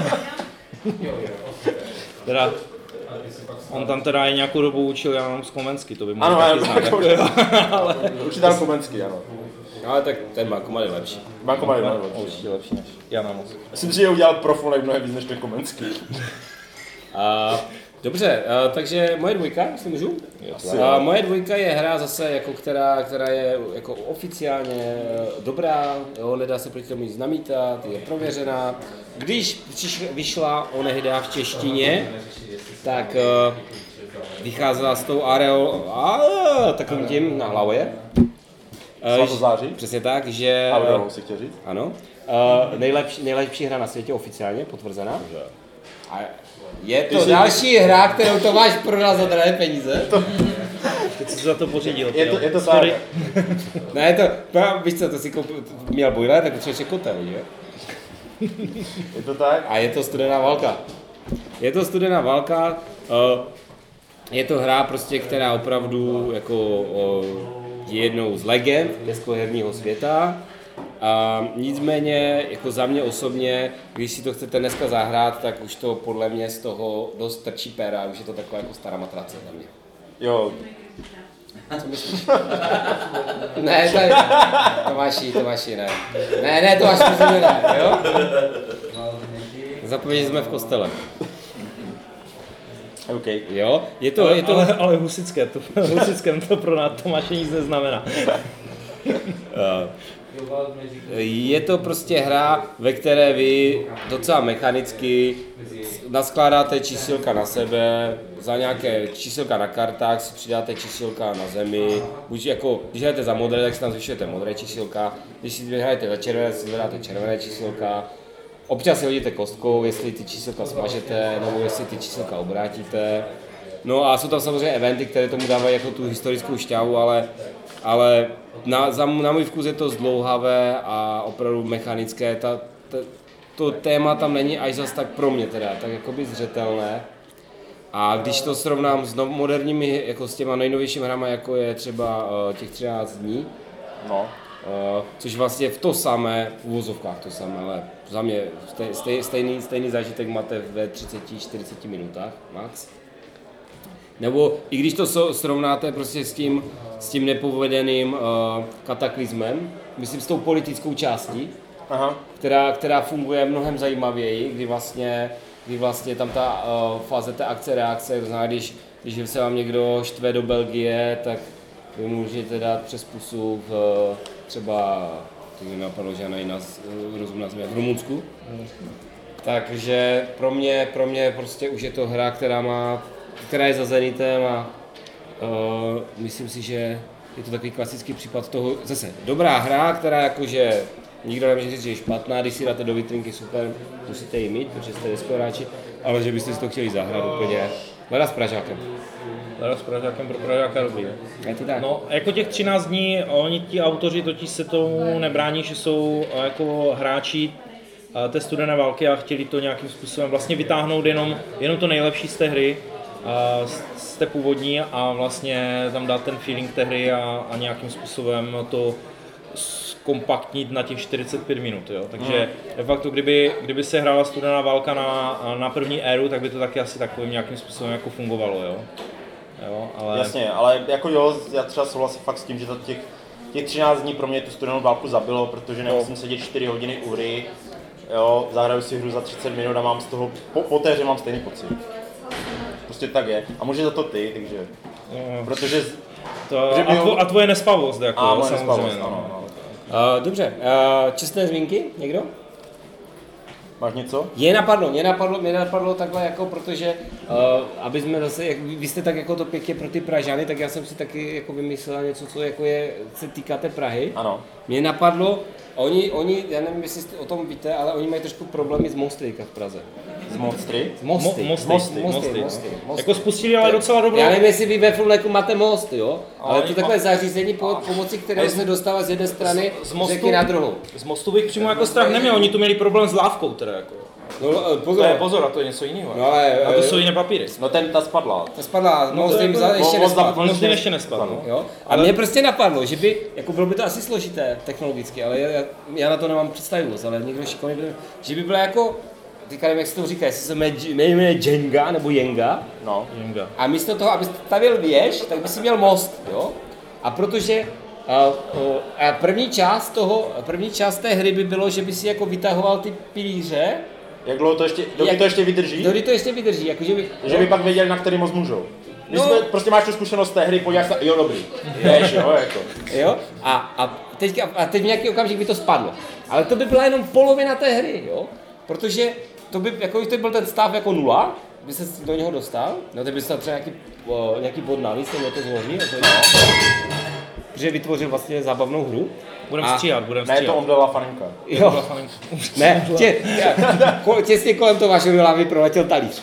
Teda, on tam teda i nějakou dobu učil Jan Skomensky, to by mohl Ano, taky ano, znát. ano, učitel Komenský, ano. Ale tak ten bankomat je lepší. Bankomat je lepší. Určitě lepší než Jana moc. Myslím si, že udělal pro Fulnek mnohem víc než ten Komenský. Dobře, takže moje dvojka, jestli můžu? Moje dvojka je hra zase, jako která je jako oficiálně dobrá, jo, nedá se proti tomu nic namítat, je prověřená. Když vyšla onehdy v češtině, tak vycházela s tou takovým tím na hlavě. Svatozáří? Přesně tak, že... Aureolou si chtěl říct? Ano. Nejlepší hra na světě oficiálně, potvrzená. A je to další hra, kterou to máš prodat za drahé peníze. Teď jsi za to pořídil. Je to sorry. Ne, víš co, to si měl boiler, tak potřebuješ kotel, že? Je to tak? A je to studená válka. Je to hra prostě, která opravdu jako je jednou z legend deskoherního světa. Nicméně, jako za mě osobně, když si to chcete dneska zahrát, tak už to podle mě z toho dost trčí péra, už je to taková jako stará matrace za mě. Jo. Co myslíš? Ne, Tomáši, ne. Ne, Tomáši, myslím, ne, jo? Zapomeň, že jsme v kostele. OK. Jo, je to... Ale husickém to pro nás Tomáše nic neznamená. Je to prostě hra, ve které vy docela mechanicky naskládáte čísilka na sebe, za nějaké čísilka na kartách si přidáte čísilka na zemi, buď jako, když hrajete za modré, tak si tam zvyšujete modré čísilka, když si hrajete za červené, si zvedáte červené čísilka, občas si hodíte kostkou, jestli ty čísilka smažete, nebo jestli ty čísilka obrátíte. No a jsou tam samozřejmě eventy, které tomu dávají jako tu historickou šťávu, ale na můj vkus je to zdlouhavé a opravdu mechanické. To téma tam není až zas tak pro mě teda, tak jakoby zřetelné. A když to srovnám s moderními, jako s těma nejnovějšími hrama, jako je třeba těch 13 dní, No. což vlastně v to samé, v uvozovkách to samé, ale za mě stejný zážitek máte ve 30-40 minutách max. Nebo i když to srovnáte prostě s tím nepovedeným kataklizmem, myslím s tou politickou částí, Aha. která funguje mnohem zajímavěji, kdy vlastně tam ta fáze té akce-reakce, to znamená, když se vám někdo štve do Belgie, tak vy můžete dát přes pusu třeba teď mi napadlo žádný jiná rozumná země, v Rumunsku. Takže pro mě prostě už je to hra, která je za Zenitem a myslím si, že je to takový klasický případ toho, zase dobrá hra, která jakože nikdo nemůže říct, že je špatná, když si dáte do vitrinky, super, musíte ji mít, protože jste deskoráči, ale že byste si to chtěli zahrát úplně, hledat s Pražákem. Hledat s Pražákem pro Pražáka dobrý. Je to tak? No, jako těch 13 dní, oni ti autoři totiž se tomu nebrání, že jsou jako hráči té studené války a chtěli to nějakým způsobem vlastně vytáhnout jenom to nejlepší z té hry, z té původní a vlastně tam dát ten feeling té hry a nějakým způsobem to kompaktnit na těch 45 minut, jo. Takže de facto, kdyby se hrála studená válka na první éru, tak by to taky asi takovým nějakým způsobem jako fungovalo, jo. Jo, ale... Jasně, ale jako jo, já třeba souhlasím fakt s tím, že to těch 13 dní pro mě tu studenou válku zabilo, protože nemusím sedět 4 hodiny u hry, jo, zahraju si hru za 30 minut a mám z toho, po té hře mám stejný pocit. Prostě tak je. A může za to ty, takže, protože... A tvoje nespavost, jako, a moje samozřejmě. nespavost, ano. Dobře, čestné zmínky, někdo? Máš něco? Mě napadlo takhle, jako protože, aby jsme zase, jak vy jste tak jako to pěkně pro ty Pražany, tak já jsem si taky jako vymyslel něco, co jako se týká té Prahy. Ano. Mě napadlo, oni, já nevím, jestli o tom víte, ale oni mají trošku problémy s mosty v Praze. Z Mostry? Mosty. Jako spustili ale docela dobrou... Já nevím, jestli vy ve Flunku máte most, jo? Ale to je takové zařízení, pomocí kterého se dostává z jedné strany řeky na druhou. Z mostu bych přímo jako strach neměl, oni tu měli problém s lávkou teda jako. No, Pozor, a to je něco jiného. No, ale, a to jsou jiné papíry. No ta spadla. Ta spadla, most ještě nespadl. Jo? A mě prostě napadlo, že by, jako bylo by to asi složité technologicky, ale já na to nemám představivost, ale někdo šikovný, že by bylo jako, teďka nevím, jak se to říká, jestli se jmenuje Jenga nebo Jenga. No. Jenga. A místo toho, aby stavil věž, tak by si měl most, jo? A protože první část té hry by bylo, že by si jako vytahoval ty pilíře. Jak dlouho to ještě, dokud to ještě vydrží? Dokud to ještě vydrží, jakože by... Že by pak věděli, na který most můžou. Prostě máš tu zkušenost té hry, podíváš se, jo dobrý, jdeš, jo, jako. Jo? A teď v nějaký okamžik by to spadlo. Ale to by byla jenom polovina té hry, jo? Protože to by, jako to byl ten stav jako 0, by se do něho dostal, no teď by se třeba nějaký bod navíc, ten to zloží, protože vytvořil vlastně zábavnou hru. Budeme stříhat. Ne, to omdlela faninka. Jo. Ne, těsně kolem toho vašeho hlavy proletěl talíř.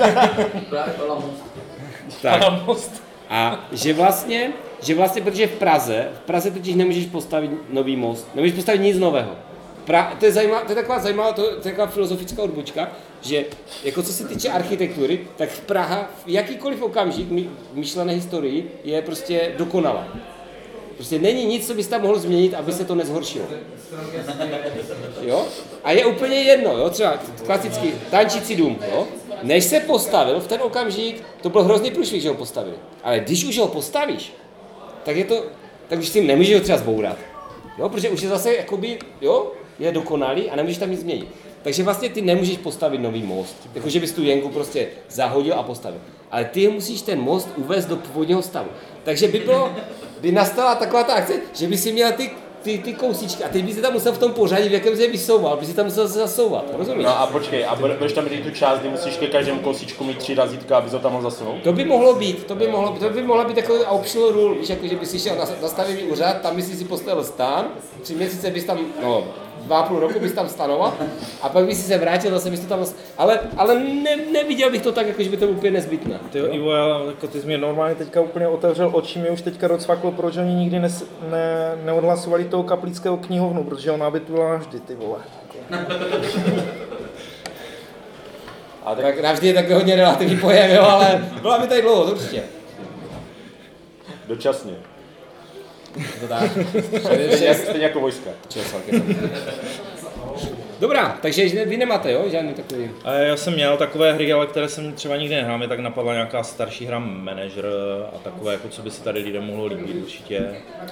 Tak. A že vlastně, protože v Praze totiž nemůžeš postavit nový most, nemůžeš postavit nic nového. To je taková zajímavá, to je taková filozofická odbočka, že jako co se týče architektury, tak Praha v jakýkoliv okamžik myšlené historii je prostě dokonalá. Prostě není nic, co bys tam mohl změnit, aby se to nezhoršilo. Jo? A je úplně jedno, jo? Třeba klasický tančící dům, jo? Než se postavil, v ten okamžik, to byl hrozný průšvih, že ho postavili. Ale když už ho postavíš, tak už si nemůžeš ho třeba zbourat. Jo? Protože už je zase jakoby, jo? Je dokonalý a nemůžeš tam nic změnit. Takže vlastně ty nemůžeš postavit nový most. Jakože bys tu jenku prostě zahodil a postavil. Ale ty musíš ten most uvést do původního stavu. Takže by nastala taková ta akce, že by si měla ty kousíčky a teď by si tam musel v tom pořadí, v jakém se vysouval, by si tam musel zasouvat, rozumíš? No a počkej, a budeš tam mít tu část, kdy musíš ke každému kousíčku mít 3 razítka, aby to tam mohl zasunout? To by mohla být takový optional rule, víš, jako že bys si šel na stavební úřad, tam bys si postavil stán, 3 měsíce bys tam, 2,5 roku bys tam stanoval a pak bys si se vrátil, zase bys to tam... Ale neviděl bych to tak, jako, že by to bylo úplně nezbytné. Ty jo, Ivo, jako ty jsi mě normálně teďka úplně otevřel oči, mě už teďka docvaklo, proč oni nikdy neodhlasovali toho kaplického knihovnu, protože ona by tu byla vždy, ty vole. A tak navždy je takový hodně relativní pojem, jo, ale byla by tady dlouho, určitě. Dočasně. To tak. Stejně jako vojska. Dobrá, takže vy nemáte, jo? Žádný takový... Já jsem měl takové hry, ale které jsem třeba nikdy nehrál. Mě tak napadla nějaká starší hra Manager a takové, jako co by se tady lidem mohlo líbit určitě.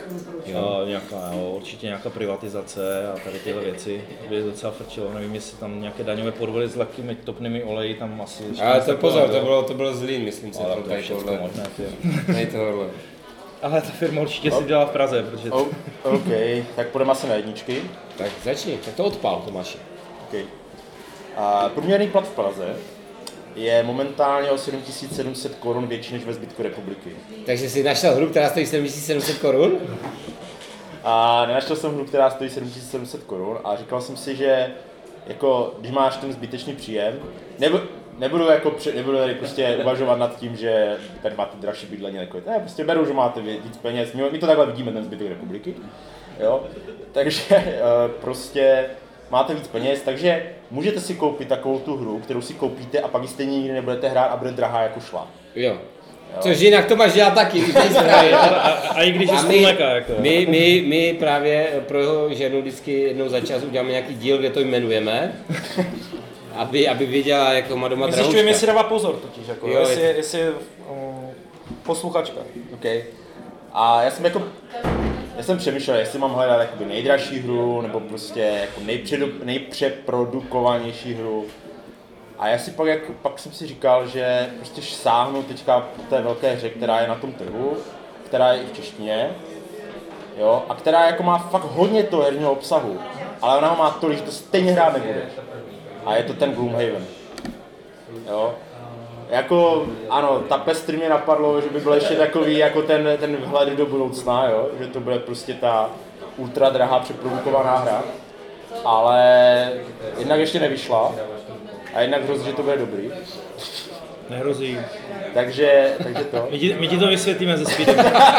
Určitě nějaká privatizace a tady tyhle věci by docela frčilo. Nevím, jestli tam nějaké daňové podvody s lehkými topnými oleji tam asi... Ale to pozor, to bylo zlý, myslím si. Ale to je všechno možné, ty. Nej tohle. Ale ta firma určitě si dělá v Praze, protože... OK, tak půjdeme asi na jedničky. Tak začni, tak to odpál, Tomáši. Okay. A průměrný plat v Praze je momentálně o 7700 korun větší než ve zbytku republiky. Takže jsi našel hru, která stojí 7700 korun? A nenašel jsem hru, která stojí 7700 korun a říkal jsem si, že jako, když máš ten zbytečný příjem, nebudu tady prostě uvažovat nad tím, že tady máte dražší bydlení, ne, prostě beru, že máte víc peněz, my to takhle vidíme, ten zbytek republiky, jo, takže prostě máte víc peněz, takže můžete si koupit takovou tu hru, kterou si koupíte a pak ji stejně nikdy nebudete hrát a bude drahá jako šla. Jo. Což jinak Tomáš dělá taky. A i když je stůleka, jako. My právě pro jeho ženu vždycky jednou za čas uděláme nějaký díl, kde to jmenujeme, aby věděla, jako má doma drahouška. Zjišťujeme, jestli dává pozor totiž, jako, jo, jestli posluchačka. Okay. A já jsem přemýšlel, jestli mám hledat jakoby nejdražší hru, nebo prostě jako nejpřeprodukovanější hru. A já si pak jsem si říkal, že prostě sáhnu teďka po té velké hře, která je na tom trhu, která je i v češtině, jo, a která jako má fakt hodně toho herního obsahu, ale ona ho má tolik, že to stejně hrát nebude. A je to ten Gloomhaven. Jo. Jako, ano, ta pestry mě napadlo, že by byl ještě takový jako ten vhled do budoucna, jo, že to bude prostě ta ultra drahá přeprodukovaná hra, ale jednak ještě nevyšla a jednak hrozí, že to bude dobrý. Nehrozí. Takže to. My ti to vysvětlíme ze Speedem.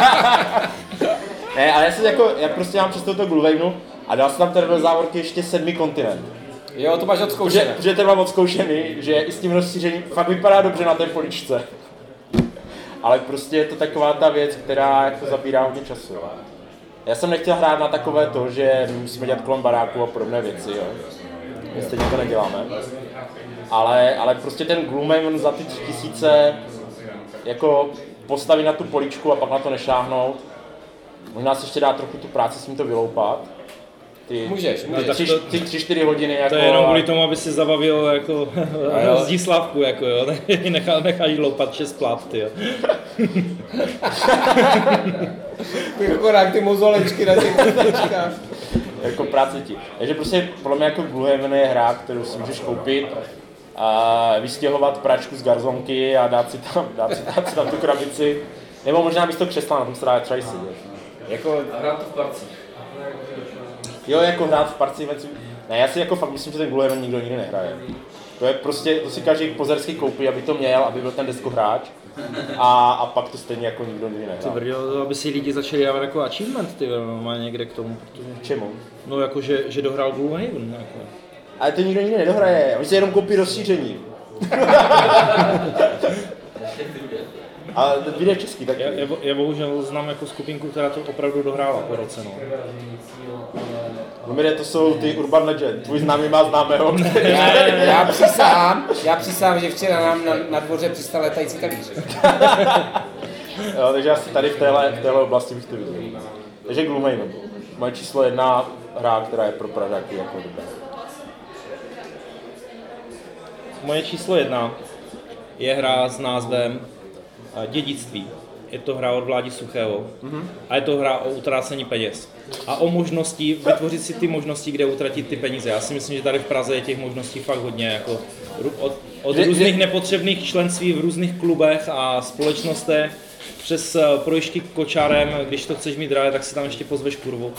Ne, ale já prostě mám přes toho Gloomhavenu a dal jsem tam teda do závorky ještě 7. kontinent. Jo, to máš odzkoušené. Protože ten mám odzkoušený, že i s tím rozšířením fakt vypadá dobře na té poličce. Ale prostě je to taková ta věc, která jako zabírá hodně času. Já jsem nechtěl hrát na takové to, že musíme dělat kolem baráku a podobné věci, jo. My stejně to neděláme. Ale prostě ten Gloomhaven za ty 3000 jako postavit na tu poličku a pak na to nešáhnout. Možná si ještě dá trochu tu práci s tím to vyloupat. Můžeš. Ty 3-4 hodiny jako... To je jenom kvůli tomu, aby si zabavil jako Zdíslavku, jako jo, necháš loupat 6 plat, ty jo. Akorát ty mozolečky na těch kostečkách. Jako práce ti. Takže prostě podle mě jako Gloomhaven je hra, kterou si můžeš koupit a vystěhovat pračku z garzonky a dát si tam tu krabici. Nebo možná místo křesla, na tom se dá třeba i sedět. Jako hrát to v parci. Jo, jako hrát v parci. Ne, já si jako fakt myslím, že ten Gloomhaven nikdy nehraje. To je prostě, to si každý pozersky koupí, aby to měl, aby byl ten deskohráč. A pak to stejně jako nikdo nehrál. Aby si lidi začali dávat jako achievement, ty normálně někde k tomu, protože... Čemu? No jako, že dohrál Gloomhaven, jako. Ale to nikdo nikdy nedohraje, oni si jenom koupí rozšíření. A vyjde český taky. Já bohužel znám jako skupinku, která to opravdu dohrála po roce, no. To jsou ty Urban Legend, tvůj známý má známého. Já přísahám, že včera nám na dvoře přistal letající talíř. Jo, takže asi tady v téhle oblasti bych to viděl. Takže Gloomhaven, moje číslo 1 hra, která je pro Pražáky jako dobrá. Moje číslo 1 je hra s názvem Dědictví. Je to hra od Vládi Suchého a je to hra o utrácení peněz. A o možnosti, vytvořit si ty možnosti, kde utratit ty peníze. Já si myslím, že tady v Praze je těch možností fakt hodně. Jako od různých nepotřebných členství v různých klubech a společnostech, přes projížďky kočárem, když to chceš mít drahé, tak si tam ještě pozveš kurvu.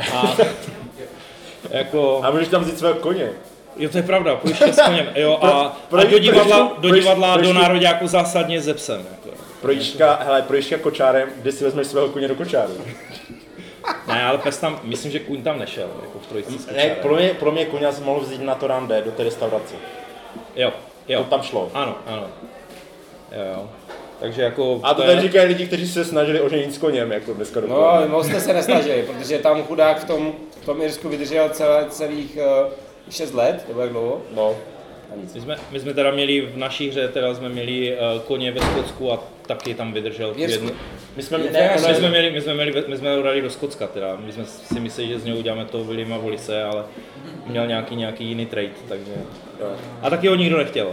A můžeš tam vzít svého koně. Jo, to je pravda, projížďka s koněm. Jo, a do divadla, do nároďáku zásadně ze psem. Jako. Projížďka kočárem, kde si vezmeš svého koně do kočáru. Ne, ale pes tam, myslím, že kůň tam nešel, jako v trojici s kočárem. Ne, pro mě koně jsem mohl vzít na to rande, do té restaurace. Jo. To tam šlo. Ano. Jo. Takže jako... A to tady říkají lidi, kteří se snažili oženit s koněm, jako dneska dopoledne. No, moc jste se nesnažili, protože tam chudák v tom Irsku vydržel celých 6 let, to bylo jak dlouho. No. My jsme teda měli v naší hře, teda jsme měli koně ve Skotsku a taky tam vydržel. My jsme ho dali do Skotska teda, my jsme si mysleli, že z něho uděláme toho Williama Wallise, ale měl nějaký jiný trade, takže... Jo. A taky ho nikdo nechtěl.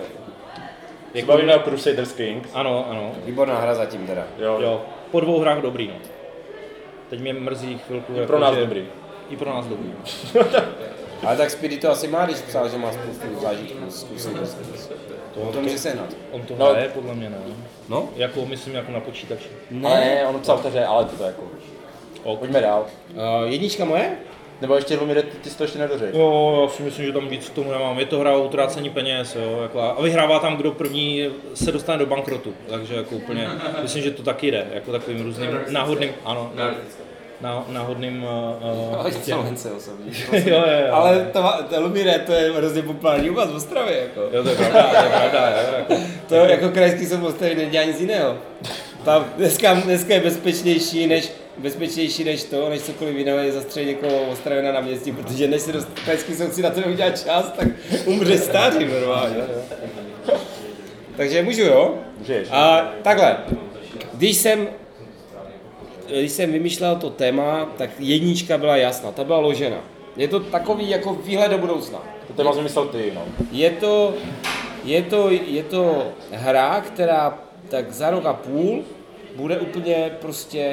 Bavíme o Crusaders Kings. Ano. Výborná hra zatím teda. Jo. Po 2 hrách dobrý, no. teď mě mrzí chvilku. I pro nás dobrý. I pro nás dobrý. Ale tak Speedy to asi má, když psal, že má spoustu zážitků, zkušeností. To může sehnat. On to hraje, podle mě ne. No? Jako, myslím jako na počítači. Ale ne, on psal vteře, ale to jako. Pojďme dál. Jednička moje? Nebo ještě Lumire, ty jsi to ještě nedořekl. Jo, já si myslím, že tam víc k tomu nemám. Je to hra o utrácení peněz, jo, jako, a vyhrává tam, kdo první se dostane do bankrotu. Takže jako úplně, myslím, že to taky jde, jako takovým různým náhodným, ano, náhodným... Ale insolvence osobní. Jo. Ale to Lumire, to je hrozně populární u vás v Ostravě, jako. Jo, to je pravda, jo. Jako. To jako krajský soud Ostravy nedělá nic jiného. Tam dneska je bezpečnější než cokoliv jiného zastřelit někoho Ostravy na náměstí, protože než se krajský soud si na to neudělá čas, tak umře stáří normálně. Takže můžu, jo? Můžeš. A takhle, když jsem vymýšlel to téma, tak jednička byla jasná, ta byla ložena. Je to takový jako výhled do budoucna. To téma jsem myslel ty, no. Je to hra, která tak za rok a půl bude úplně prostě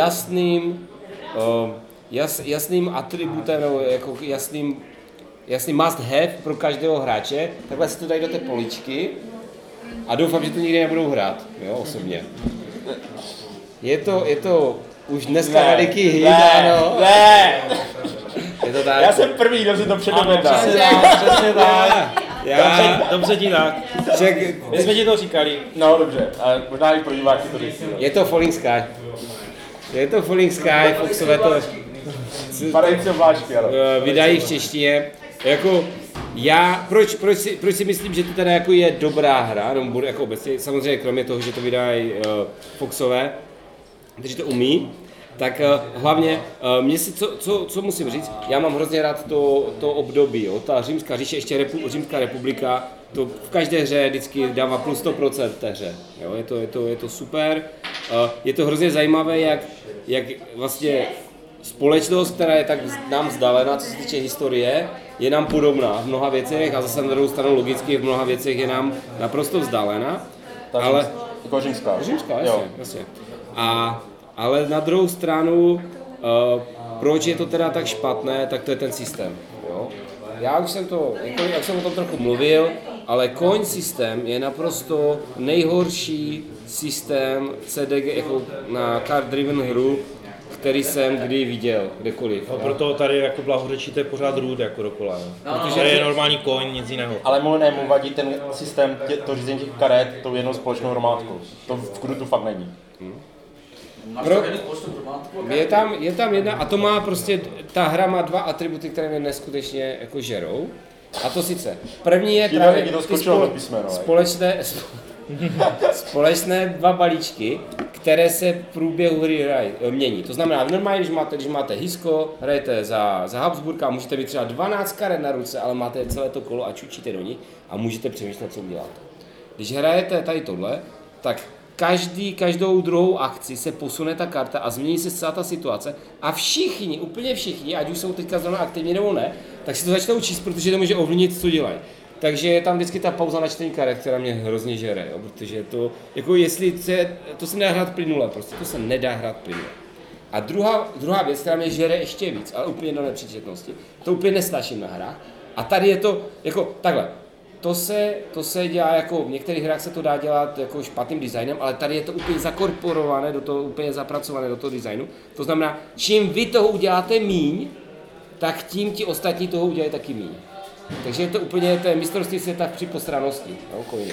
jasným atributem, nebo jako jasný must have pro každého hráče. Takhle si to dají do té poličky a doufám, že to nikdy nebudou hrát, jo, osobně. Je to už dneska veliký hit, ano. Ne. Je to tak. Já jsem první, kdo si to předobědá. Přesně tak. Dobře ti tak. My jsme ti to říkali. No dobře, ale možná i pro diváky to říct. Je to Falling Sky, Foxové to Padající obláčky, ano. vydají v češtině. Jako proč si myslím, že to teda jako je dobrá hra, no bude jako obecně, samozřejmě kromě toho, že to vydají Foxové, kteří to umí, tak hlavně, co musím říct, já mám hrozně rád to období, jo, ta římská říše, ještě římská republika, to v každé hře vždycky dává plus 100% té hře, jo, je to super, je to hrozně zajímavé, jak vlastně společnost, která je tak nám vzdálená, co se týče historie, je nám podobná v mnoha věcech a zase na druhou stranu logicky v mnoha věcech je nám naprosto vzdálená, ale... Jako římská. Římská, jasně. Ale na druhou stranu, proč je to teda tak špatné, tak to je ten systém. Jo? Já už jsem o tom trochu mluvil, ale coin systém je naprosto nejhorší systém CDG jako na card driven hru, který jsem kdy viděl, kdekoliv. No, proto tady jako blahořečíte pořád root jako dokola. Protože je normální coin, nic jiného. Ale mu vadí ten systém, to řízení těch karet, tou jednou společnou hromádkou. To v Krutu fakt není. Je tam jedna, a to má prostě, ta hra má dva atributy, které mě neskutečně jako žerou. A to sice, první je právě společné dva balíčky, které se v průběhu hry mění. To znamená, normálně, když máte Hisko, hrajete za Habsburka, můžete mít třeba 12 karet na ruce, ale máte celé to kolo a čučíte do ní a můžete přemýšlet, co uděláte. Když hrajete tady tohle, tak každou druhou akci se posune ta karta a změní se celá ta situace a úplně všichni, ať už jsou teďka zrovna aktivní nebo ne, tak si to začnou číst, protože to může ovlivnit, co dělají. Takže je tam vždycky ta pauza na čtení karet, která mě hrozně žere, jo, protože to, jako to se nedá hrát plynule, prostě to se nedá hrát plynule. A druhá věc, která mě žere ještě víc, ale úplně do nepříčetnosti, to úplně nesnáším na hrách. A tady je to, jako takhle, to se dělá jako, v některých hrách se to dá dělat jako špatným designem, ale tady je to úplně zakorporované, úplně zapracované do toho designu. To znamená, čím vy toho uděláte míň, tak tím ti ostatní toho udělají taky míň. Takže je to úplně, to je mistrovství světa při posranosti, no, coiny.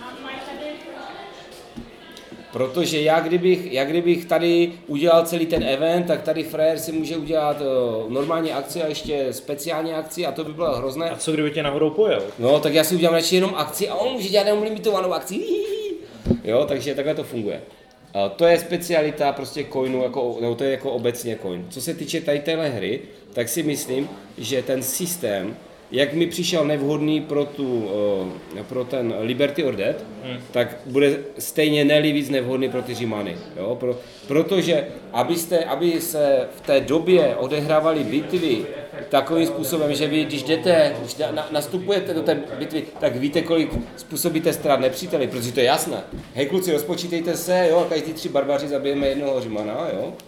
Protože já kdybych tady udělal celý ten event, tak tady frajer si může udělat normální akci a ještě speciální akci a to by bylo hrozné. A co kdyby tě náhodou pojel? No, tak já si udělám radši jenom akci a on může dělat jenom limitovanou akci. Jo, takže takhle to funguje. To je specialita prostě coinu, nebo to je jako obecně coin. Co se týče tady téhle hry, tak si myslím, že ten systém, jak mi přišel nevhodný pro ten Liberty or Death, tak bude stejně víc nevhodný pro ty Římany. Jo? Protože aby se v té době odehrávaly bitvy takovým způsobem, že vy, když nastupujete do té bitvy, tak víte, kolik způsobíte ztrát nepříteli, protože to je jasné. Hej kluci, rozpočítejte se, jo, a každý 3 barbaři zabijeme jednoho Římana, jo.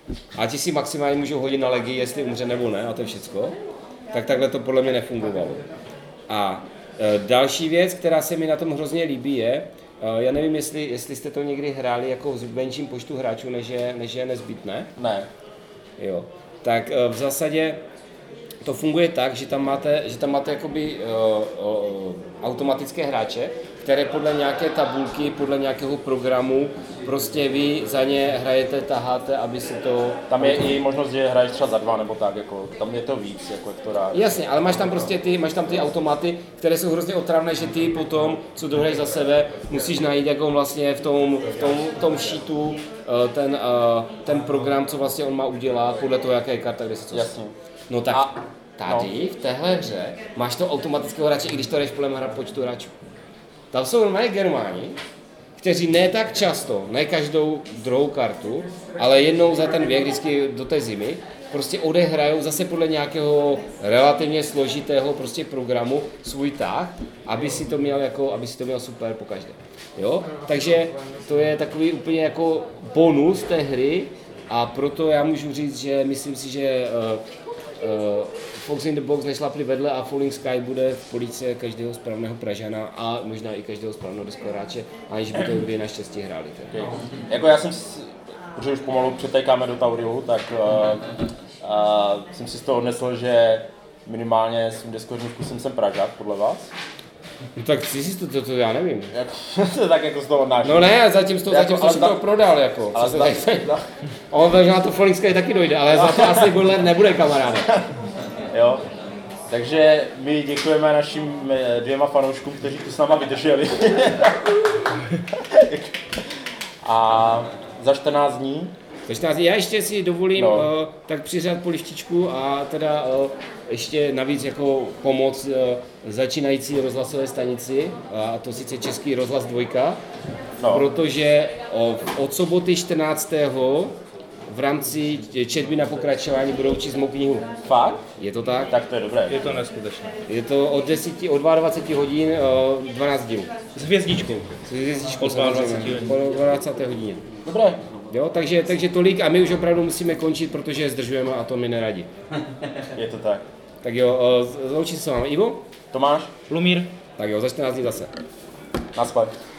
A ti si maximálně můžou hodit na legii, jestli umře nebo ne, a to je všecko. Tak takhle to podle mě nefungovalo. A další věc, která se mi na tom hrozně líbí, je, já nevím, jestli jste to někdy hráli jako v menším počtu hráčů, než je nezbytné. Ne. Jo. Tak v zásadě to funguje tak, že tam máte jakoby automatické hráče, které podle nějaké tabulky, podle nějakého programu, prostě vy za ně hrajete, taháte, aby se to... Tam je i možnost, že hraješ třeba za 2 nebo tak, jako, tam je to víc, jako jak to dá. Jasně, ale máš tam ty automaty, které jsou hrozně otravné, že ty potom, co dohraješ za sebe, musíš najít jako vlastně v tom sheetu ten program, co vlastně on má udělat, podle toho, jaké je karta, kde se co... Jasně. No tak tady v téhle hře máš to automatického hráče, i když to jdeš podle počtu hráčů. Tam jsou normálně Germáni, kteří ne tak často, ne každou druhou kartu, ale jednou za ten věk, vždycky do té zimy, prostě odehrajou zase podle nějakého relativně složitého prostě programu svůj tah, aby si to měl super pokaždé. Jo? Takže to je takový úplně jako bonus té hry a proto já můžu říct, že myslím si, že Fox in the Box nešlapli vedle a Falling Sky bude v police každého správného Pražana a možná i každého správného deskohráče, aniž by to kdy naštěstí hráli. Okay. Jako já jsem si, protože už pomalu přetékáme do Taurilu, tak jsem si z toho odnesl, že minimálně svým deskoherním vkusem jsem Pražák, podle vás. No tak si to já nevím. Tak jako z toho odnáším. No ne, zatím jsem to prodal, jako. On na to Falling Sky taky dojde, ale za to asi nebude kamaráde. Jo, takže my děkujeme našim 2 fanouškům, kteří tu s náma vydrželi. A za 14 dní? Za 14 dní, já ještě si dovolím tak přiřát polištičku a teda ještě navíc jako pomoc začínající rozhlasové stanici, a to sice Český rozhlas 2, protože od soboty 14. v rámci četby na pokračování budou číst mou knihu. Fakt? Je to tak? Tak to je dobré. Je to neskutečné. Je to od 22 hodin 12 dílů. S hvězdičkou. S hvězdičkou od 22 hodin. Po 20. hodině. Dobré. Jo, takže tolik a my už opravdu musíme končit, protože zdržujeme a to my neradi. Je to tak. Tak jo, loučím se vám. Ivo? Tomáš? Lumír? Tak jo, za 14 dní zase. Naschle.